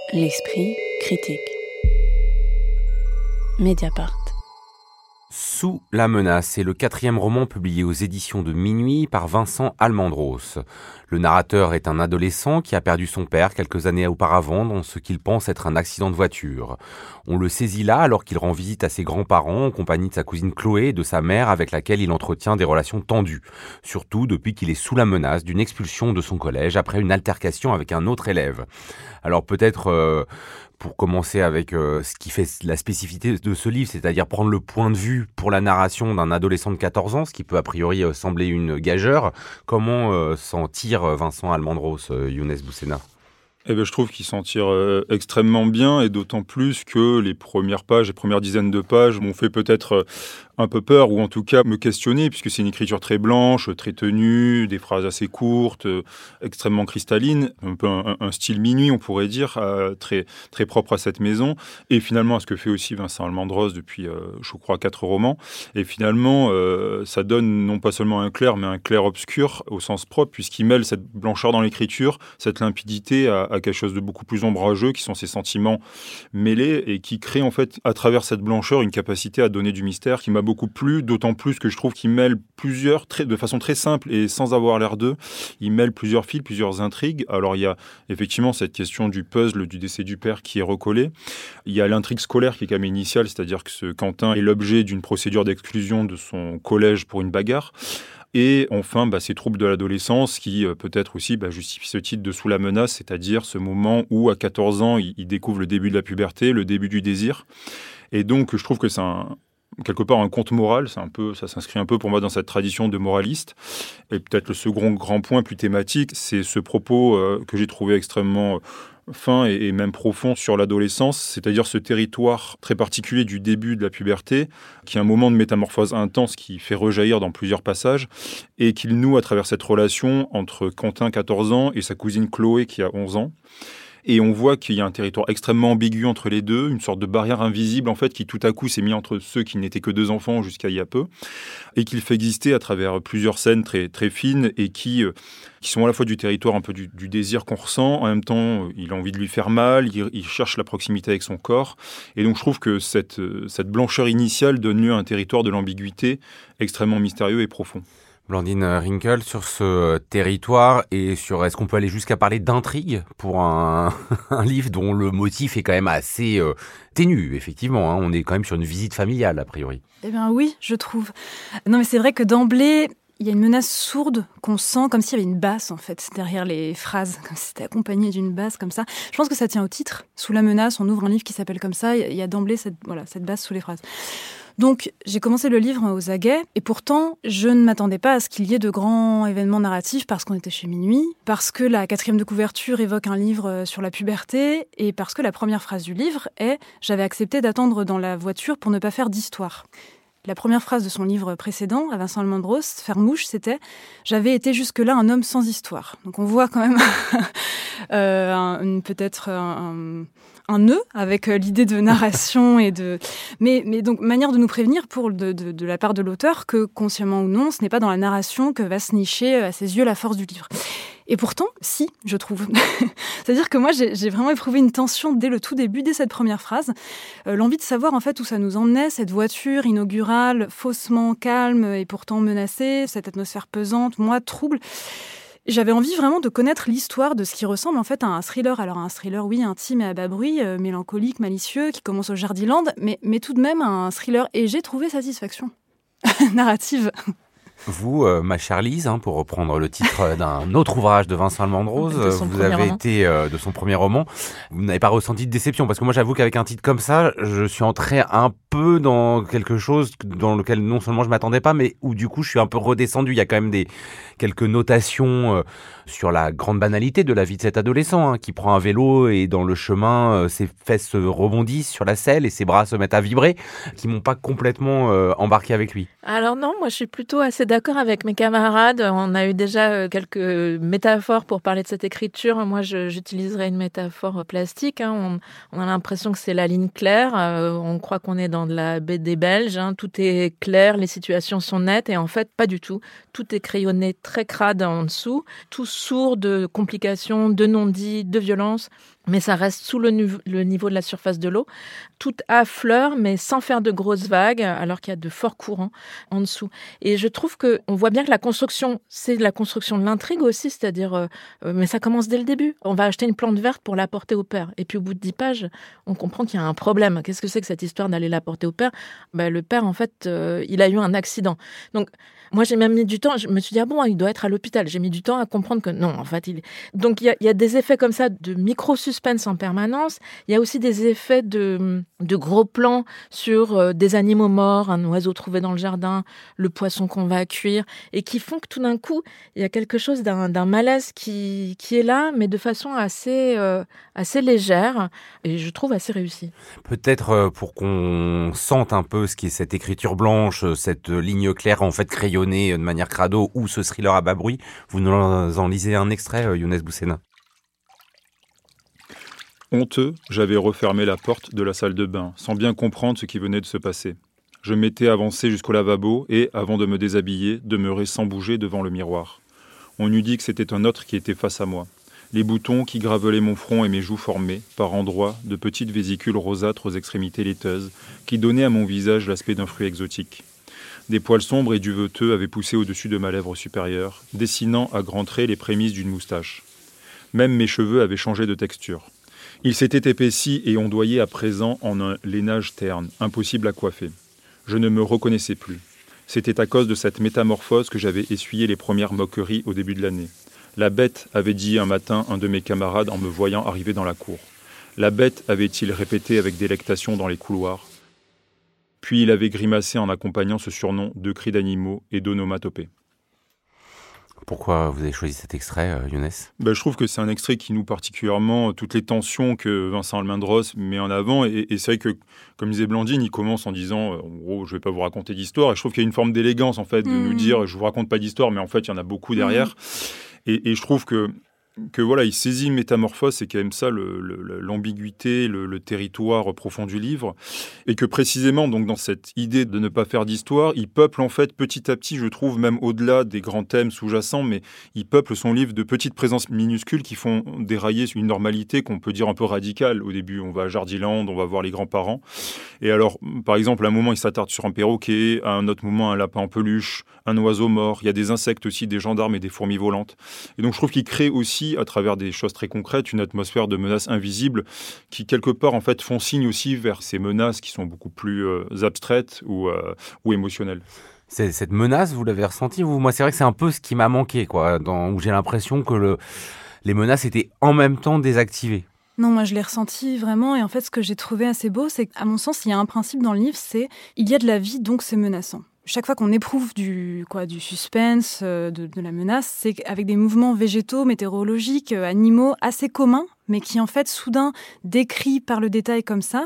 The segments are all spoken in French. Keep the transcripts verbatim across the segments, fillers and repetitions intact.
L'esprit critique. Mediapart. Sous la menace, c'est le quatrième roman publié aux éditions de Minuit par Vincent Almendros. Le narrateur est un adolescent qui a perdu son père quelques années auparavant dans ce qu'il pense être un accident de voiture. On le saisit là alors qu'il rend visite à ses grands-parents en compagnie de sa cousine Chloé et de sa mère avec laquelle il entretient des relations tendues. Surtout depuis qu'il est sous la menace d'une expulsion de son collège après une altercation avec un autre élève. Alors peut-être... Euh, Pour commencer avec euh, ce qui fait la spécificité de ce livre, c'est-à-dire prendre le point de vue pour la narration d'un adolescent de quatorze ans, ce qui peut a priori euh, sembler une gageure. Comment euh, s'en tire Vincent Almendros, euh, Younes Boussena ? Eh bien, je trouve qu'il s'en tire euh, extrêmement bien, et d'autant plus que les premières pages, les premières dizaines de pages m'ont fait peut-être euh, un peu peur, ou en tout cas me questionner, puisque c'est une écriture très blanche, très tenue, des phrases assez courtes, euh, extrêmement cristalline, un peu un, un style Minuit, on pourrait dire, euh, très, très propre à cette maison, et finalement à ce que fait aussi Vincent Almendros depuis, euh, je crois, quatre romans. Et finalement, euh, ça donne non pas seulement un clair, mais un clair obscur au sens propre, puisqu'il mêle cette blancheur dans l'écriture, cette limpidité à, à quelque chose de beaucoup plus ombrageux, qui sont ses sentiments mêlés, et qui crée en fait, à travers cette blancheur, une capacité à donner du mystère qui m'a beaucoup plu, d'autant plus que je trouve qu'il mêle plusieurs, très, de façon très simple et sans avoir l'air d'eux, il mêle plusieurs fils, plusieurs intrigues. Alors il y a effectivement cette question du puzzle du décès du père qui est recollée. Il y a l'intrigue scolaire qui est quand même initiale, c'est-à-dire que ce Quentin est l'objet d'une procédure d'exclusion de son collège pour une bagarre. Et enfin, bah, ces troubles de l'adolescence qui euh, peut-être aussi bah, justifient ce titre de Sous la menace, c'est-à-dire ce moment où à quatorze ans, il, il découvre le début de la puberté, le début du désir. Et donc je trouve que c'est un, quelque part un conte moral, c'est un peu, ça s'inscrit un peu pour moi dans cette tradition de moraliste. Et peut-être le second grand point plus thématique, c'est ce propos euh, que j'ai trouvé extrêmement... Euh, fin et, et même profond sur l'adolescence, c'est-à-dire ce territoire très particulier du début de la puberté, qui est un moment de métamorphose intense qui fait rejaillir dans plusieurs passages, et qu'il noue à travers cette relation entre Quentin, quatorze ans, et sa cousine Chloé, qui a onze ans. Et on voit qu'il y a un territoire extrêmement ambigu entre les deux, une sorte de barrière invisible en fait qui tout à coup s'est mis entre ceux qui n'étaient que deux enfants jusqu'à il y a peu, et qu'il fait exister à travers plusieurs scènes très, très fines et qui, euh, qui sont à la fois du territoire un peu du, du désir qu'on ressent, en même temps il a envie de lui faire mal, il, il cherche la proximité avec son corps, et donc je trouve que cette, cette blancheur initiale donne lieu à un territoire de l'ambiguïté extrêmement mystérieux et profond. Blandine Rinkel, sur ce territoire et sur, est-ce qu'on peut aller jusqu'à parler d'intrigue pour un, un livre dont le motif est quand même assez euh, ténu, effectivement, hein, on est quand même sur une visite familiale, a priori. Eh bien oui, je trouve. Non mais c'est vrai que d'emblée, il y a une menace sourde qu'on sent, comme s'il y avait une basse en fait, derrière les phrases, comme si c'était accompagné d'une basse comme ça. Je pense que ça tient au titre. Sous la menace, on ouvre un livre qui s'appelle comme ça, il y a d'emblée cette, voilà, cette basse sous les phrases. Donc, j'ai commencé le livre aux aguets, et pourtant, je ne m'attendais pas à ce qu'il y ait de grands événements narratifs parce qu'on était chez Minuit, parce que la quatrième de couverture évoque un livre sur la puberté, et parce que la première phrase du livre est « J'avais accepté d'attendre dans la voiture pour ne pas faire d'histoire ». La première phrase de son livre précédent, à Vincent Almendros, Fermouche, c'était « J'avais été jusque-là un homme sans histoire ». Donc on voit quand même euh, un, une, peut-être un, un nœud avec l'idée de narration et de... Mais, mais donc manière de nous prévenir pour de, de, de la part de l'auteur que, consciemment ou non, ce n'est pas dans la narration que va se nicher à ses yeux la force du livre. Et pourtant, si, je trouve. C'est-à-dire que moi, j'ai, j'ai vraiment éprouvé une tension dès le tout début, dès cette première phrase. Euh, l'envie de savoir en fait où ça nous emmenait, cette voiture inaugurale, faussement calme et pourtant menacée, cette atmosphère pesante, moi, trouble. J'avais envie vraiment de connaître l'histoire de ce qui ressemble en fait à un thriller. Alors un thriller, oui, intime et à bas bruit, euh, mélancolique, malicieux, qui commence au Jardiland, mais, mais tout de même un thriller. Et j'ai trouvé satisfaction narrative. Vous, euh, ma chère Lise, hein, pour reprendre le titre d'un autre ouvrage de Vincent Almendros, vous avez roman. été euh, de son premier roman. Vous n'avez pas ressenti de déception, parce que moi j'avoue qu'avec un titre comme ça, je suis entré un peu dans quelque chose dans lequel non seulement je m'attendais pas, mais où du coup je suis un peu redescendu. Il y a quand même des quelques notations euh, sur la grande banalité de la vie de cet adolescent hein, qui prend un vélo et dans le chemin, euh, ses fesses rebondissent sur la selle et ses bras se mettent à vibrer, qui m'ont pas complètement euh, embarqué avec lui. Alors non, moi je suis plutôt assez d'accord avec mes camarades. On a eu déjà quelques métaphores pour parler de cette écriture. Moi, je, j'utiliserais une métaphore plastique. Hein. On, on a l'impression que c'est la ligne claire. Euh, on croit qu'on est dans de la B D belge. Hein. Tout est clair, les situations sont nettes. Et en fait, pas du tout. Tout est crayonné très crade en dessous. Tout sourd de complications, de non-dits, de violences. mais ça reste sous le, nu- le niveau de la surface de l'eau, tout affleure, mais sans faire de grosses vagues, alors qu'il y a de forts courants en dessous. Et je trouve qu'on voit bien que la construction, c'est la construction de l'intrigue aussi, c'est-à-dire, euh, euh, mais ça commence dès le début. On va acheter une plante verte pour l'apporter au père. Et puis au bout de dix pages, on comprend qu'il y a un problème. Qu'est-ce que c'est que cette histoire d'aller l'apporter au père ? Ben, le père, en fait, euh, il a eu un accident. Donc, moi, j'ai même mis du temps. Je me suis dit, ah bon, il doit être à l'hôpital. J'ai mis du temps à comprendre que non, en fait, il est... Donc, il y a, il y a des effets comme ça de micro-suspense en permanence. Il y a aussi des effets de, de gros plans sur euh, des animaux morts, un oiseau trouvé dans le jardin, le poisson qu'on va cuire, et qui font que tout d'un coup, il y a quelque chose d'un, d'un malaise qui, qui est là, mais de façon assez, euh, assez légère, et je trouve assez réussie. Peut-être euh, pour qu'on sente un peu ce qui est cette écriture blanche, cette ligne claire en fait crayonnée de manière crado ou ce thriller à bas bruit, vous nous en lisez un extrait, euh, Younes Boussena. Honteux, j'avais refermé la porte de la salle de bain, sans bien comprendre ce qui venait de se passer. Je m'étais avancé jusqu'au lavabo et, avant de me déshabiller, demeurais sans bouger devant le miroir. On eût dit que c'était un autre qui était face à moi. Les boutons qui gravelaient mon front et mes joues formaient, par endroits, de petites vésicules rosâtres aux extrémités laiteuses, qui donnaient à mon visage l'aspect d'un fruit exotique. Des poils sombres et duveteux avaient poussé au-dessus de ma lèvre supérieure, dessinant à grands traits les prémices d'une moustache. Même mes cheveux avaient changé de texture. Ils s'étaient épaissis et ondoyés à présent en un lainage terne, impossible à coiffer. Je ne me reconnaissais plus. C'était à cause de cette métamorphose que j'avais essuyé les premières moqueries au début de l'année. La bête, avait dit un matin un de mes camarades en me voyant arriver dans la cour. La bête, avait-il répété avec délectation dans les couloirs. Puis il avait grimacé en accompagnant ce surnom de cris d'animaux et d'onomatopées. Pourquoi vous avez choisi cet extrait, euh, Younes ? Ben, je trouve que c'est un extrait qui noue particulièrement toutes les tensions que Vincent Almendros met en avant. Et, et c'est vrai que, comme disait Blandine, il commence en disant, en gros, je ne vais pas vous raconter d'histoire. Et je trouve qu'il y a une forme d'élégance, en fait, de mmh. nous dire, je ne vous raconte pas d'histoire, mais en fait, il y en a beaucoup derrière. Mmh. Et, et je trouve que que voilà, il saisit une métamorphose, c'est quand même ça le, le, l'ambiguïté, le, le territoire profond du livre, et que précisément donc dans cette idée de ne pas faire d'histoire, il peuple en fait petit à petit, je trouve, même au-delà des grands thèmes sous-jacents, mais il peuple son livre de petites présences minuscules qui font dérailler une normalité qu'on peut dire un peu radicale. Au début, on va à Jardiland, on va voir les grands-parents, et alors, par exemple, à un moment, il s'attarde sur un perroquet, à un autre moment, un lapin en peluche, un oiseau mort, il y a des insectes aussi, des gendarmes et des fourmis volantes. Et donc, je trouve qu'il crée aussi à travers des choses très concrètes, une atmosphère de menaces invisibles qui, quelque part, en fait, font signe aussi vers ces menaces qui sont beaucoup plus euh, abstraites ou, euh, ou émotionnelles. C'est, cette menace, vous l'avez ressentie, vous ? Moi, c'est vrai que c'est un peu ce qui m'a manqué, quoi, dans, où j'ai l'impression que le, les menaces étaient en même temps désactivées. Non, moi je l'ai ressenti vraiment, et en fait ce que j'ai trouvé assez beau, c'est qu'à mon sens, il y a un principe dans le livre, c'est il y a de la vie, donc c'est menaçant. Chaque fois qu'on éprouve du, quoi, du suspense, de, de la menace, c'est avec des mouvements végétaux, météorologiques, animaux assez communs, mais qui en fait, soudain, décrits par le détail comme ça,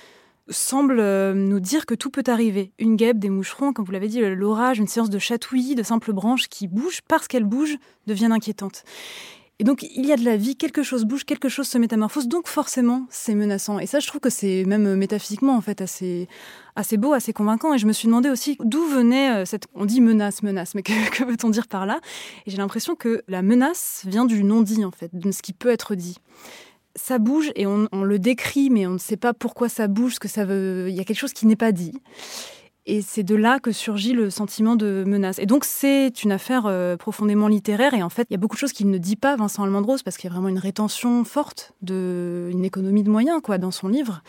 semblent nous dire que tout peut arriver. Une guêpe, des moucherons, comme vous l'avez dit, l'orage, une séance de chatouillis, de simples branches qui bougent, parce qu'elles bougent, deviennent inquiétantes. Et donc, il y a de la vie, quelque chose bouge, quelque chose se métamorphose, donc forcément, c'est menaçant. Et ça, je trouve que c'est même métaphysiquement, en fait, assez, assez beau, assez convaincant. Et je me suis demandé aussi d'où venait cette... On dit menace, menace, mais que, que veut-on dire par là ? Et j'ai l'impression que la menace vient du non-dit, en fait, de ce qui peut être dit. Ça bouge et on, on le décrit, mais on ne sait pas pourquoi ça bouge, ce que ça veut... Il y a quelque chose qui n'est pas dit. Et c'est de là que surgit le sentiment de menace. Et donc, c'est une affaire euh, profondément littéraire. Et en fait, il y a beaucoup de choses qu'il ne dit pas, Vincent Almendros, parce qu'il y a vraiment une rétention forte, de, une économie de moyens quoi, dans son livre.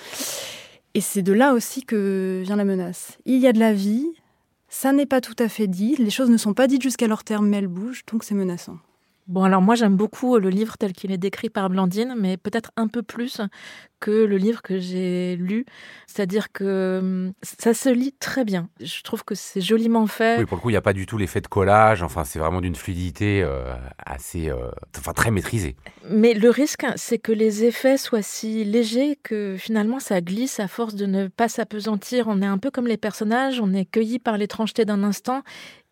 Et c'est de là aussi que vient la menace. Il y a de la vie, ça n'est pas tout à fait dit, les choses ne sont pas dites jusqu'à leur terme, mais elles bougent, donc c'est menaçant. Bon, alors moi, j'aime beaucoup le livre tel qu'il est décrit par Blandine, mais peut-être un peu plus que le livre que j'ai lu. C'est-à-dire que ça se lit très bien. Je trouve que c'est joliment fait. Oui, pour le coup, il n'y a pas du tout l'effet de collage. Enfin, c'est vraiment d'une fluidité euh, assez... Euh, enfin, très maîtrisée. Mais le risque, c'est que les effets soient si légers que finalement, ça glisse à force de ne pas s'apesantir. On est un peu comme les personnages, on est cueilli par l'étrangeté d'un instant.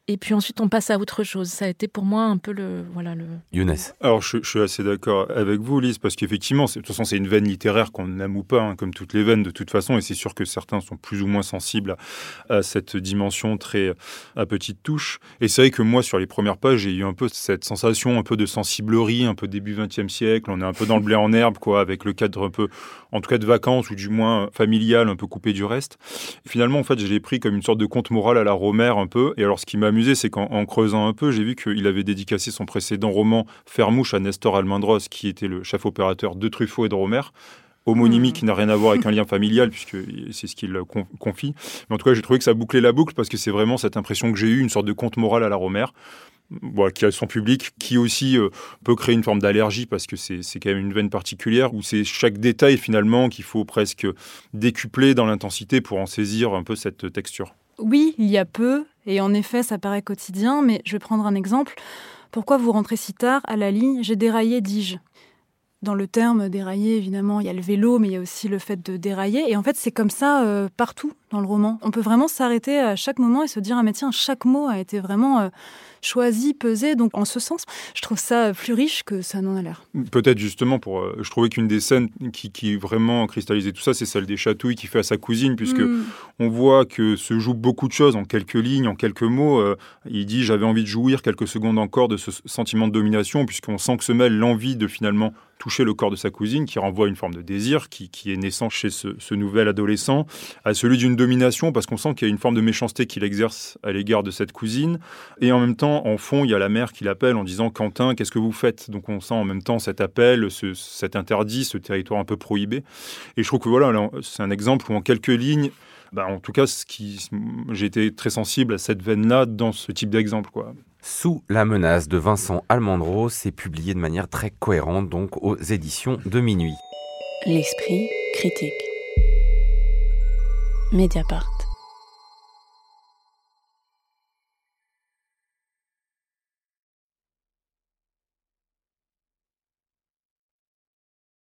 Et puis ensuite, on passe à autre chose. Ça a été pour moi un peu le... Voilà, le... Younes. Alors, je, je suis assez d'accord avec vous, Lise, parce qu'effectivement, de toute façon, c'est une veine littéraire qu'on aime ou pas, hein, comme toutes les veines de toute façon, et c'est sûr que certains sont plus ou moins sensibles à, à cette dimension très à petite touche. Et c'est vrai que moi, sur les premières pages, j'ai eu un peu cette sensation un peu de sensiblerie, un peu début vingtième siècle. On est un peu dans le blé en herbe, quoi, avec le cadre un peu, en tout cas de vacances, ou du moins familial, un peu coupé du reste. Et finalement, en fait, je l'ai pris comme une sorte de conte moral à la Rohmer, un peu. Et alors, ce qui m'a amusé, c'est qu'en en creusant un peu, j'ai vu qu'il avait dédicacé son précédent roman Faire-mouche à Nestor Almendros, qui était le chef opérateur de Truffaut et de Rohmer. Homonymie mmh. qui n'a rien à voir avec un lien familial, puisque c'est ce qu'il confie. Mais en tout cas, j'ai trouvé que ça bouclait la boucle, parce que c'est vraiment cette impression que j'ai eue, une sorte de conte moral à la Rohmer, voilà, qui a son public, qui aussi euh, peut créer une forme d'allergie, parce que c'est, c'est quand même une veine particulière, où c'est chaque détail, finalement, qu'il faut presque décupler dans l'intensité pour en saisir un peu cette texture. Oui, il y a peu, et en effet, ça paraît quotidien, mais je vais prendre un exemple. Pourquoi vous rentrez si tard à la ligne « J'ai déraillé, dis-je ». Dans le terme dérailler, évidemment, il y a le vélo, mais il y a aussi le fait de dérailler. Et en fait, c'est comme ça euh, partout dans le roman. On peut vraiment s'arrêter à chaque moment et se dire « Ah mais tiens, chaque mot a été vraiment euh, choisi, pesé ». Donc en ce sens, je trouve ça plus riche que ça n'en a l'air. Peut-être justement, pour, euh, je trouvais qu'une des scènes qui, qui vraiment cristallisait tout ça, c'est celle des chatouilles qu'il fait à sa cousine, puisque mmh. on voit que se jouent beaucoup de choses en quelques lignes, en quelques mots. Euh, il dit « J'avais envie de jouir quelques secondes encore de ce sentiment de domination », puisqu'on sent que se mêle l'envie de finalement toucher le corps de sa cousine, qui renvoie à une forme de désir qui, qui est naissant chez ce, ce nouvel adolescent, à celui d'une domination, parce qu'on sent qu'il y a une forme de méchanceté qu'il exerce à l'égard de cette cousine. Et en même temps, en fond, il y a la mère qui l'appelle en disant « Quentin, qu'est-ce que vous faites ?» Donc on sent en même temps cet appel, ce, cet interdit, ce territoire un peu prohibé. Et je trouve que voilà, là, c'est un exemple où en quelques lignes, bah, en tout cas, ce qui, j'ai été très sensible à cette veine-là dans ce type d'exemple, quoi. Sous la menace de Vincent Almendros, c'est publié de manière très cohérente, donc aux éditions de Minuit. L'esprit critique. Mediapart.